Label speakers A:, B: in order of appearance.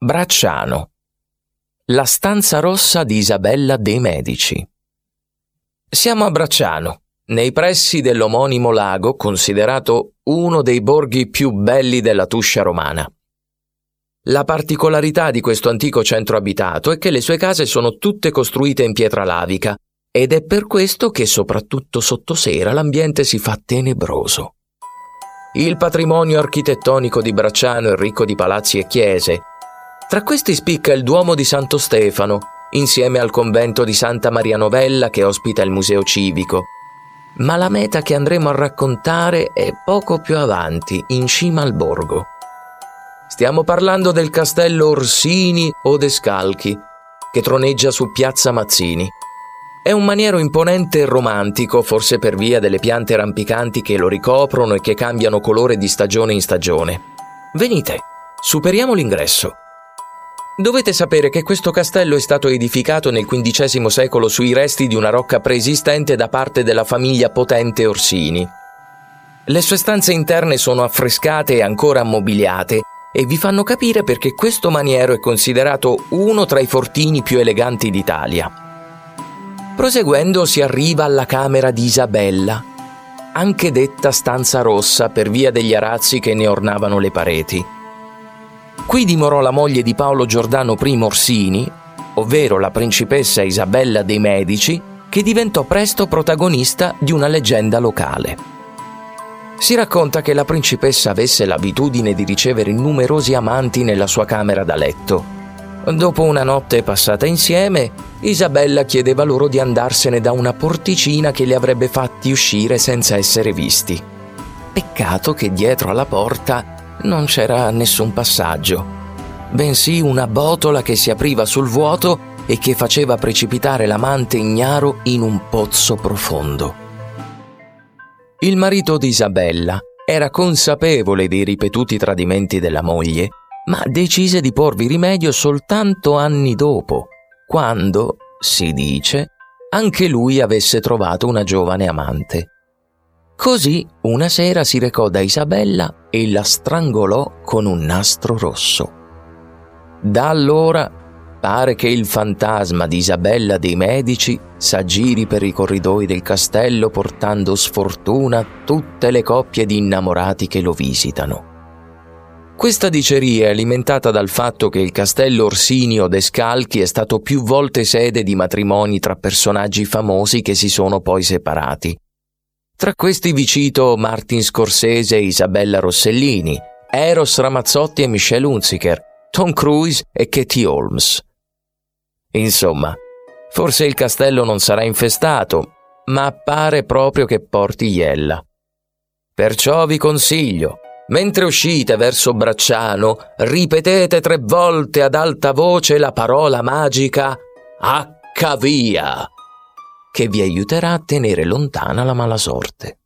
A: Bracciano. La stanza rossa di Isabella dei Medici. Siamo a Bracciano, nei pressi dell'omonimo lago, considerato uno dei borghi più belli della Tuscia romana. La particolarità di questo antico centro abitato è che le sue case sono tutte costruite in pietra lavica ed è per questo che soprattutto sotto sera l'ambiente si fa tenebroso. Il patrimonio architettonico di Bracciano è ricco di palazzi e chiese. Tra questi spicca il Duomo di Santo Stefano, insieme al convento di Santa Maria Novella che ospita il museo civico. Ma la meta che andremo a raccontare è poco più avanti, in cima al borgo. Stiamo parlando del castello Orsini o Descalchi, che troneggia su Piazza Mazzini. È un maniero imponente e romantico, forse per via delle piante rampicanti che lo ricoprono e che cambiano colore di stagione in stagione. Venite, superiamo l'ingresso. Dovete sapere che questo castello è stato edificato nel XV secolo sui resti di una rocca preesistente da parte della famiglia potente Orsini. Le sue stanze interne sono affrescate e ancora ammobiliate e vi fanno capire perché questo maniero è considerato uno tra i fortini più eleganti d'Italia. Proseguendo si arriva alla camera di Isabella, anche detta stanza rossa per via degli arazzi che ne ornavano le pareti. Qui dimorò la moglie di Paolo Giordano I Orsini, ovvero la principessa Isabella dei Medici, che diventò presto protagonista di una leggenda locale. Si racconta che la principessa avesse l'abitudine di ricevere numerosi amanti nella sua camera da letto. Dopo una notte passata insieme, Isabella chiedeva loro di andarsene da una porticina che li avrebbe fatti uscire senza essere visti. Peccato che dietro alla porta non c'era nessun passaggio, bensì una botola che si apriva sul vuoto e che faceva precipitare l'amante ignaro in un pozzo profondo. Il marito di Isabella era consapevole dei ripetuti tradimenti della moglie, ma decise di porvi rimedio soltanto anni dopo, quando, si dice, anche lui avesse trovato una giovane amante. Così una sera si recò da Isabella e la strangolò con un nastro rosso. Da allora pare che il fantasma di Isabella dei Medici s'aggiri per i corridoi del castello portando sfortuna a tutte le coppie di innamorati che lo visitano. Questa diceria è alimentata dal fatto che il castello Orsini o Descalchi è stato più volte sede di matrimoni tra personaggi famosi che si sono poi separati. Tra questi vi cito Martin Scorsese e Isabella Rossellini, Eros Ramazzotti e Michelle Hunziker, Tom Cruise e Katie Holmes. Insomma, forse il castello non sarà infestato, ma pare proprio che porti iella. Perciò vi consiglio, mentre uscite verso Bracciano, ripetete 3 volte ad alta voce la parola magica H via, che vi aiuterà a tenere lontana la mala sorte.